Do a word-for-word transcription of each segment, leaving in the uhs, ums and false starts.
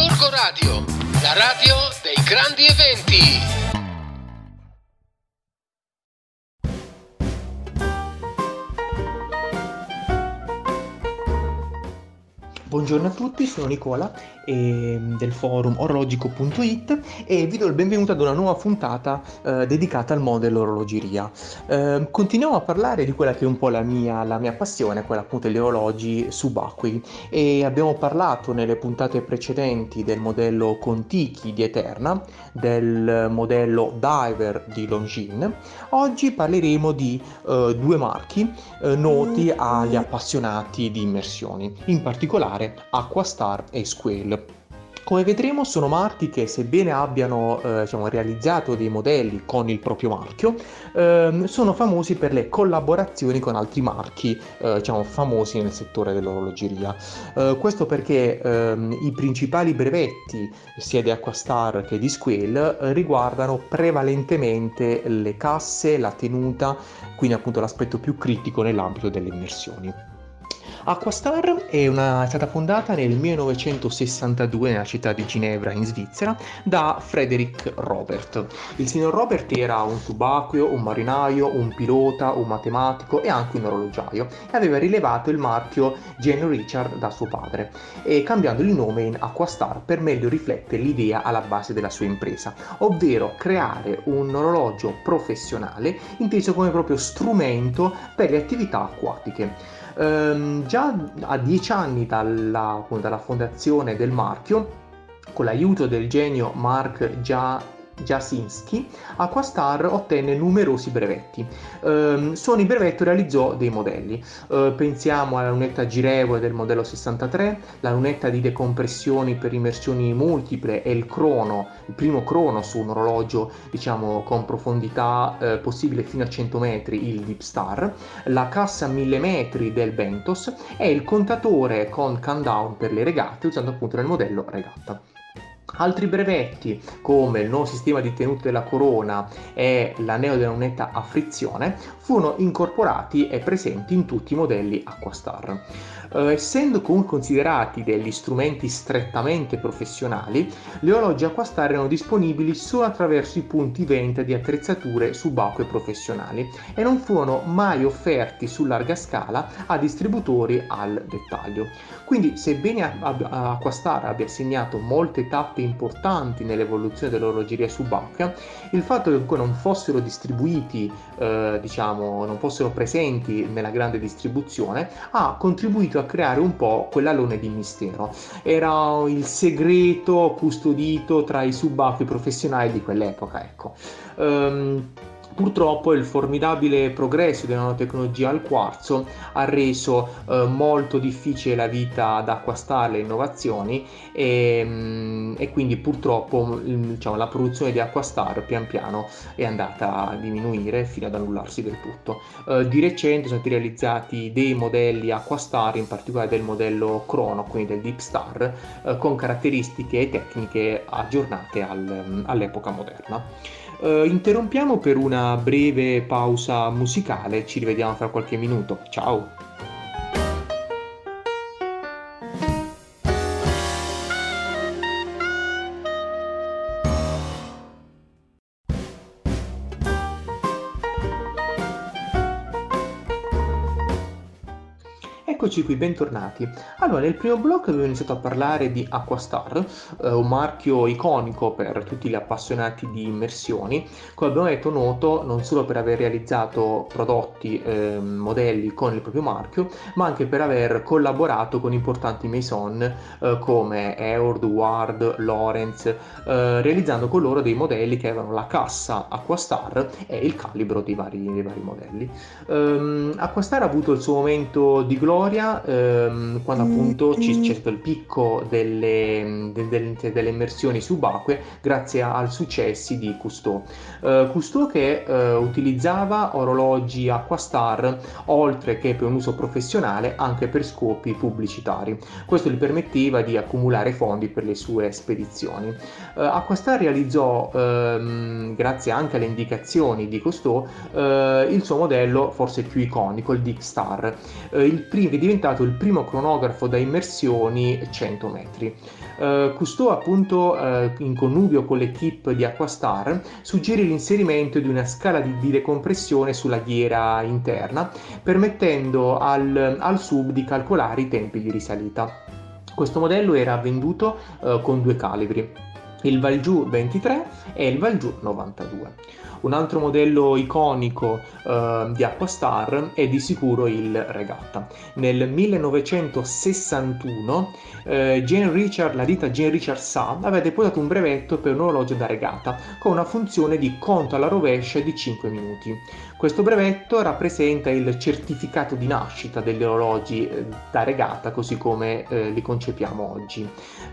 Gorgo Radio, la radio dei grandi eventi. Buongiorno a tutti, sono Nicola eh, del forum orologico punto it e vi do il benvenuto ad una nuova puntata eh, dedicata al mondo dell'orologeria. Eh, continuiamo a parlare di quella che è un po' la mia, la mia passione, quella appunto degli orologi subacquei, e abbiamo parlato nelle puntate precedenti del modello Contiki di Eterna, del modello Diver di Longines. Oggi parleremo di eh, due marchi eh, noti agli appassionati di immersioni, in particolare Aquastar e Squale. Come vedremo sono marchi che, sebbene abbiano eh, diciamo, realizzato dei modelli con il proprio marchio, ehm, sono famosi per le collaborazioni con altri marchi eh, diciamo, famosi nel settore dell'orologeria. Eh, questo perché ehm, i principali brevetti sia di Aquastar che di Squale eh, riguardano prevalentemente le casse, la tenuta, quindi appunto l'aspetto più critico nell'ambito delle immersioni. Aquastar è, una, è stata fondata nel millenovecentosessantadue nella città di Ginevra in Svizzera da Frederick Robert. Il signor Robert era un subacqueo, un marinaio, un pilota, un matematico e anche un orologiaio, e aveva rilevato il marchio Jane Richard da suo padre, e cambiando il nome in Aquastar per meglio riflettere l'idea alla base della sua impresa, ovvero creare un orologio professionale inteso come proprio strumento per le attività acquatiche. Um, già a dieci anni dalla, dalla fondazione del marchio, con l'aiuto del genio Mark Gia Jasinski, Aquastar ottenne numerosi brevetti. Um, su ogni brevetto realizzò dei modelli. Uh, pensiamo alla lunetta girevole del modello sessantatré, la lunetta di decompressioni per immersioni multiple e il crono, il primo crono su un orologio diciamo con profondità eh, possibile fino a cento metri, il Deep Star, la cassa a mille metri del Bentos e il contatore con countdown per le regate usando appunto nel modello regatta. Altri brevetti, come il nuovo sistema di tenuta della corona e l'anello della lunetta a frizione, furono incorporati e presenti in tutti i modelli Aquastar. Uh, essendo comunque considerati degli strumenti strettamente professionali, gli orologi Aquastar erano disponibili solo attraverso i punti vendita di attrezzature subacquee professionali e non furono mai offerti su larga scala a distributori al dettaglio. Quindi, sebbene Aquastar abbia segnato molte tappe importanti nell'evoluzione dell'orologeria subacquea, il fatto che comunque non fossero distribuiti, eh, diciamo, non fossero presenti nella grande distribuzione, ha contribuito a creare un po' quell'alone di mistero. Era il segreto custodito tra i subacquei professionali di quell'epoca, ecco. Um, Purtroppo il formidabile progresso della nanotecnologia al quarzo ha reso eh, molto difficile la vita ad Aquastar, le innovazioni, e, e quindi purtroppo diciamo, la produzione di Aquastar pian piano è andata a diminuire fino ad annullarsi del tutto. Eh, di recente sono stati realizzati dei modelli Aquastar, in particolare del modello Chrono, quindi del Deep Star, eh, con caratteristiche e tecniche aggiornate al, all'epoca moderna. Uh, interrompiamo per una breve pausa musicale, ci rivediamo fra qualche minuto. Ciao! Eccoci qui, bentornati. Allora, nel primo blocco avevo iniziato a parlare di Aquastar, eh, un marchio iconico per tutti gli appassionati di immersioni, come abbiamo detto noto non solo per aver realizzato prodotti, eh, modelli con il proprio marchio, ma anche per aver collaborato con importanti maison eh, come Eward, Ward, Lawrence, eh, realizzando con loro dei modelli che avevano la cassa Aquastar e il calibro dei vari, dei vari modelli. Um, Aquastar ha avuto il suo momento di gloria ehm, quando appunto ci, c'è stato il picco delle, de, de, delle immersioni subacquee grazie ai successi di Cousteau. Uh, Cousteau che uh, utilizzava orologi Aquastar oltre che per un uso professionale anche per scopi pubblicitari. Questo gli permetteva di accumulare fondi per le sue spedizioni. Uh, Aquastar realizzò, um, grazie anche alle indicazioni di Cousteau, uh, il suo modello forse più iconico, il Deep Star, uh, il primo diventato il primo cronografo da immersioni cento metri. Uh, Cousteau, appunto, uh, in connubio con l'equipe di Aquastar, suggerì l'inserimento di una scala di, di decompressione sulla ghiera interna, permettendo al, al sub di calcolare i tempi di risalita. Questo modello era venduto uh, con due calibri, il Valjoux ventitré e il Valjoux novantadue. Un altro modello iconico eh, di Aquastar è di sicuro il Regatta. Nel millenovecentosessantuno eh, Jane Richard, la ditta Jane Richard S A aveva depositato un brevetto per un orologio da regata con una funzione di conto alla rovescia di cinque minuti. Questo brevetto rappresenta il certificato di nascita degli orologi eh, da regata, così come eh, li concepiamo oggi.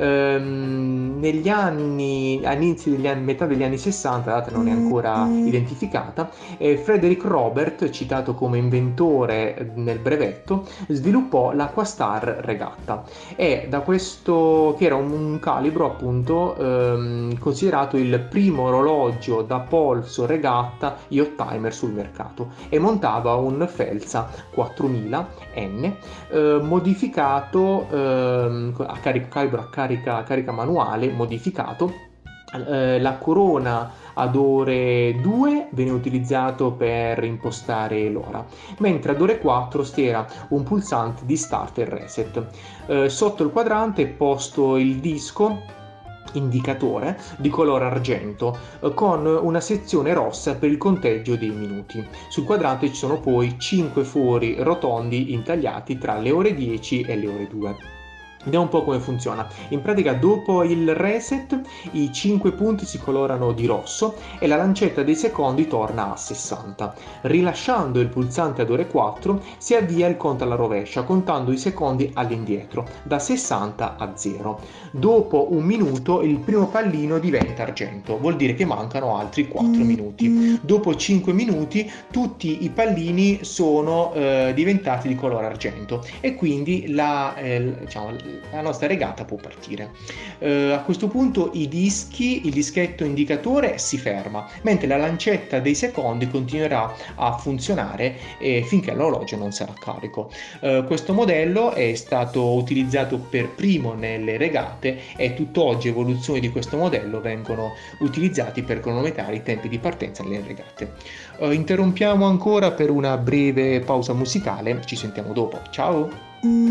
Ehm, negli anni, all'inizio degli anni, metà degli anni sessanta, la data non è ancora identificata, eh, Frederick Robert, citato come inventore nel brevetto, sviluppò l'Aquastar Regatta, e da questo, che era un, un calibro appunto ehm, considerato il primo orologio da polso regatta yacht timer sul mercato, e montava un Felsa quattromila N eh, modificato eh, a carica, calibro a carica, a carica manuale modificato. Eh, la corona ad ore due viene utilizzato per impostare l'ora, mentre ad ore quattro stiera un pulsante di start e reset. Eh, sotto il quadrante è posto il disco indicatore di colore argento eh, con una sezione rossa per il conteggio dei minuti. Sul quadrante ci sono poi cinque fori rotondi intagliati tra le ore dieci e le ore due. Vediamo un po' come funziona. In pratica, dopo il reset i cinque punti si colorano di rosso e la lancetta dei secondi torna a sessanta. Rilasciando il pulsante ad ore quattro si avvia il conto alla rovescia, contando i secondi all'indietro da sessanta a zero. Dopo un minuto il primo pallino diventa argento, vuol dire che mancano altri quattro minuti. Dopo cinque minuti tutti i pallini sono eh, diventati di colore argento, e quindi la, eh, diciamo, la nostra regata può partire. Eh, a questo punto i dischi, il dischetto indicatore si ferma, mentre la lancetta dei secondi continuerà a funzionare eh, finché l'orologio non sarà carico. Eh, questo modello è stato utilizzato per primo nelle regate, e tutt'oggi evoluzioni di questo modello vengono utilizzati per cronometrare i tempi di partenza nelle regate. Eh, interrompiamo ancora per una breve pausa musicale, ci sentiamo dopo. Ciao!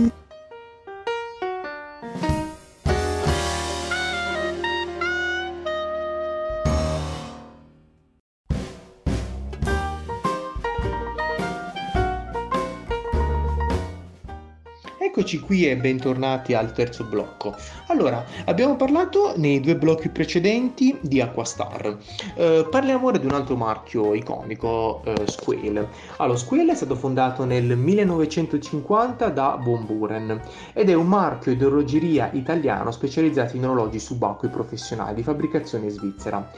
Eccoci qui e bentornati al terzo blocco. Allora, abbiamo parlato nei due blocchi precedenti di Aquastar. Eh, parliamo ora di un altro marchio iconico, eh, Squale. Allora, Squale è stato fondato nel millenovecentocinquanta da Von Buren ed è un marchio di orologeria italiano specializzato in orologi subacquei professionali di fabbricazione svizzera.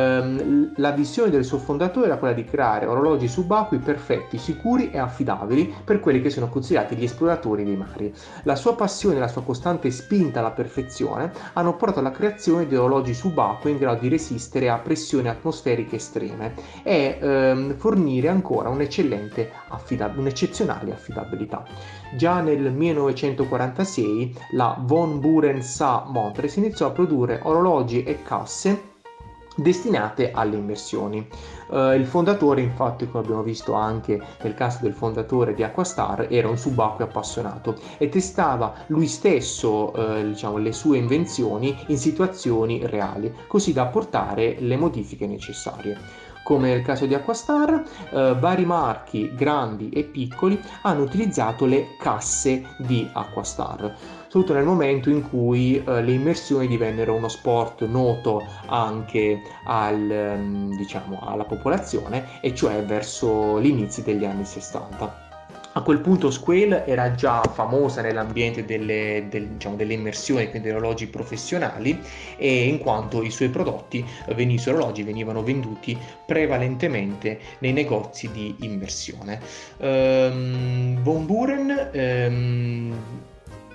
Eh, la visione del suo fondatore era quella di creare orologi subacquei perfetti, sicuri e affidabili per quelli che sono considerati gli esploratori dei mari. La sua passione e la sua costante spinta alla perfezione hanno portato alla creazione di orologi subacquei in grado di resistere a pressioni atmosferiche estreme e ehm, fornire ancora un'eccellente affidab- un'eccezionale affidabilità. Già nel millenovecentoquarantasei la Von Buren S A Montres iniziò a produrre orologi e casse destinate alle immersioni. Uh, il fondatore, infatti, come abbiamo visto anche nel caso del fondatore di Aquastar, era un subacqueo appassionato e testava lui stesso uh, diciamo, le sue invenzioni in situazioni reali, così da apportare le modifiche necessarie. Come nel caso di Aquastar, eh, vari marchi grandi e piccoli hanno utilizzato le casse di Aquastar, soprattutto nel momento in cui eh, le immersioni divennero uno sport noto anche al, ehm, diciamo, alla popolazione, e cioè verso gli inizi degli anni sessanta. A quel punto Squale era già famosa nell'ambiente delle, del, diciamo, delle immersioni, quindi degli orologi professionali, e in quanto i suoi prodotti, i suoi orologi venivano venduti prevalentemente nei negozi di immersione. Um, Von Buren um,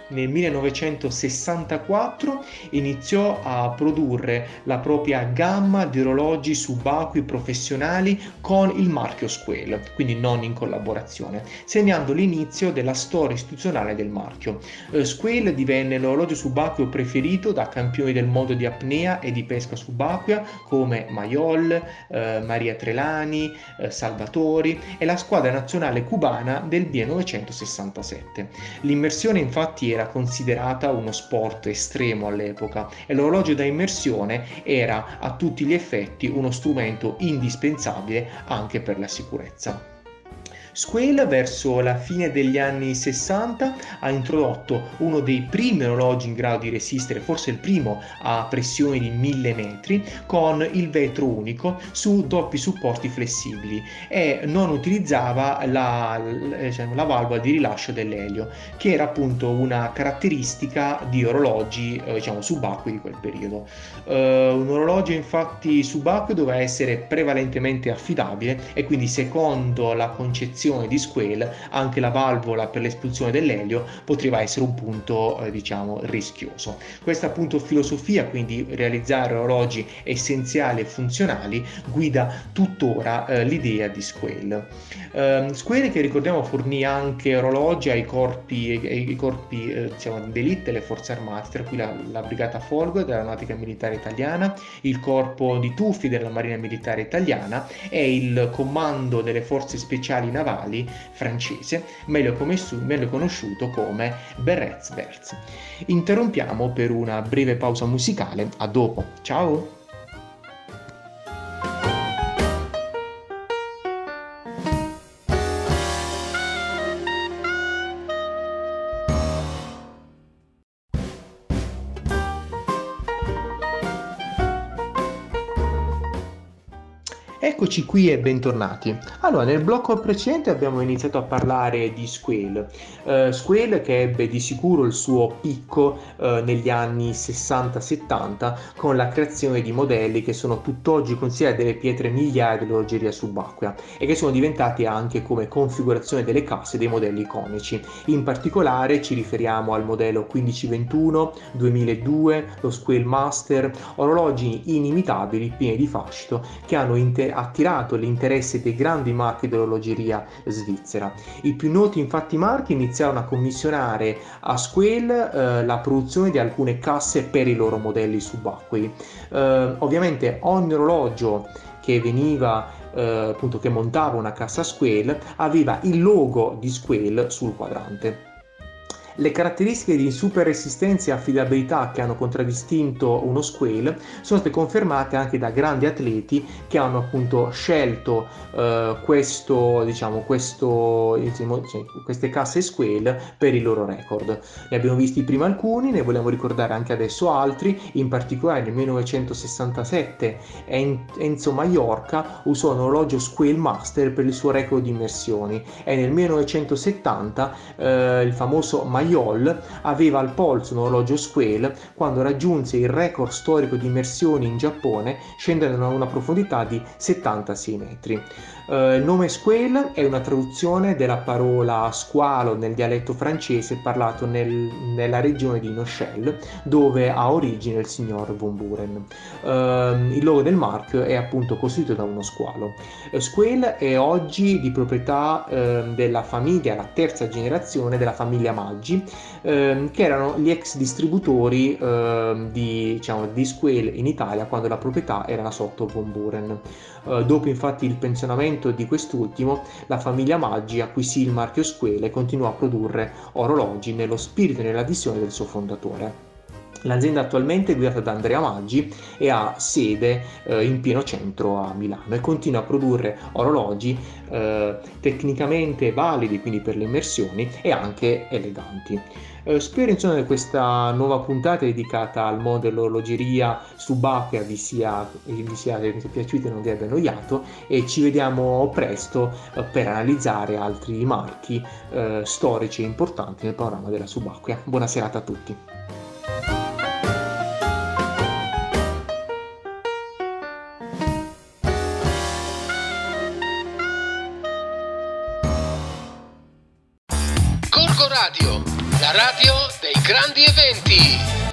nel millenovecentosessantaquattro iniziò a produrre la propria gamma di orologi subacquei professionali con il marchio Squale, quindi non in collaborazione, segnando l'inizio della storia istituzionale del marchio. Eh, Squale divenne l'orologio subacqueo preferito da campioni del mondo di apnea e di pesca subacquea come Mayol, eh, Maria Trelani, eh, Salvatori e la squadra nazionale cubana del millenovecentosessantasette. L'immersione infatti era considerata uno sport estremo all'epoca e l'orologio da immersione era a tutti gli effetti uno strumento indispensabile anche per la sicurezza. Squale verso la fine degli anni sessanta ha introdotto uno dei primi orologi in grado di resistere, forse il primo, a pressioni di mille metri con il vetro unico su doppi supporti flessibili e non utilizzava la, diciamo, la valvola di rilascio dell'elio, che era appunto una caratteristica di orologi eh, diciamo, subacquei di quel periodo. Uh, un orologio infatti subacqueo doveva essere prevalentemente affidabile e quindi secondo la concezione di Squale anche la valvola per l'espulsione dell'elio poteva essere un punto eh, diciamo rischioso. Questa appunto filosofia, quindi realizzare orologi essenziali e funzionali, guida tuttora eh, l'idea di Squale. Uh, Squale, che ricordiamo, fornì anche orologi ai corpi, ai, ai corpi eh, diciamo, d'elite, le forze armate, tra cui la, la brigata Folgo dell'Aeronautica Militare Italiana, il corpo di tuffi della Marina Militare Italiana e il comando delle forze speciali navali francese, meglio, meglio conosciuto come Berets Verts. Interrompiamo per una breve pausa musicale. A dopo, ciao! Eccoci qui e bentornati. Allora, nel blocco precedente abbiamo iniziato a parlare di Squale. Uh, Squale che ebbe di sicuro il suo picco uh, negli anni sessanta settanta con la creazione di modelli che sono tutt'oggi considerati delle pietre miliari dell'orologeria subacquea e che sono diventati anche come configurazione delle casse dei modelli iconici. In particolare ci riferiamo al modello quindici ventuno, duemiladue, lo Squale Master, orologi inimitabili, pieni di fascino, che hanno inter- attirato l'interesse dei grandi marchi dell'orologeria svizzera. I più noti infatti marchi iniziarono a commissionare a Squale eh, la produzione di alcune casse per i loro modelli subacquei. Eh, ovviamente ogni orologio che veniva eh, appunto che montava una cassa Squale aveva il logo di Squale sul quadrante. Le caratteristiche di super resistenza e affidabilità che hanno contraddistinto uno Squale sono state confermate anche da grandi atleti che hanno appunto scelto eh, questo, diciamo, questo, diciamo, queste casse Squale per i loro record. Ne abbiamo visti prima alcuni, ne vogliamo ricordare anche adesso altri. In particolare nel millenovecentosessantasette Enzo Maiorca usò un orologio Squale Master per il suo record di immersioni e nel millenovecentosettanta eh, il famoso Maiorca aveva al polso un orologio Squale quando raggiunse il record storico di immersioni in Giappone, scendendo a una profondità di settantasei metri. Uh, il nome Squale è una traduzione della parola squalo nel dialetto francese parlato nel, nella regione di Nochelle, dove ha origine il signor Von Buren. Uh, il logo del marchio è appunto costituito da uno squalo. Uh, Squale è oggi di proprietà uh, della famiglia, la terza generazione della famiglia Maggi, uh, che erano gli ex distributori uh, di, diciamo, di Squale in Italia quando la proprietà era sotto Von Buren. Uh, dopo infatti il pensionamento di quest'ultimo, la famiglia Maggi acquisì il marchio Squale e continuò a produrre orologi nello spirito e nella visione del suo fondatore. L'azienda attualmente è guidata da Andrea Maggi e ha sede eh, in pieno centro a Milano e continua a produrre orologi eh, tecnicamente validi, quindi per le immersioni, e anche eleganti. Eh, spero insomma che questa nuova puntata dedicata al mondo dell'orologeria subacquea vi sia, vi sia, vi sia piaciuta e non vi abbia annoiato, e ci vediamo presto eh, per analizzare altri marchi eh, storici e importanti nel panorama della subacquea. Buona serata a tutti. Corco Radio, la radio dei grandi eventi.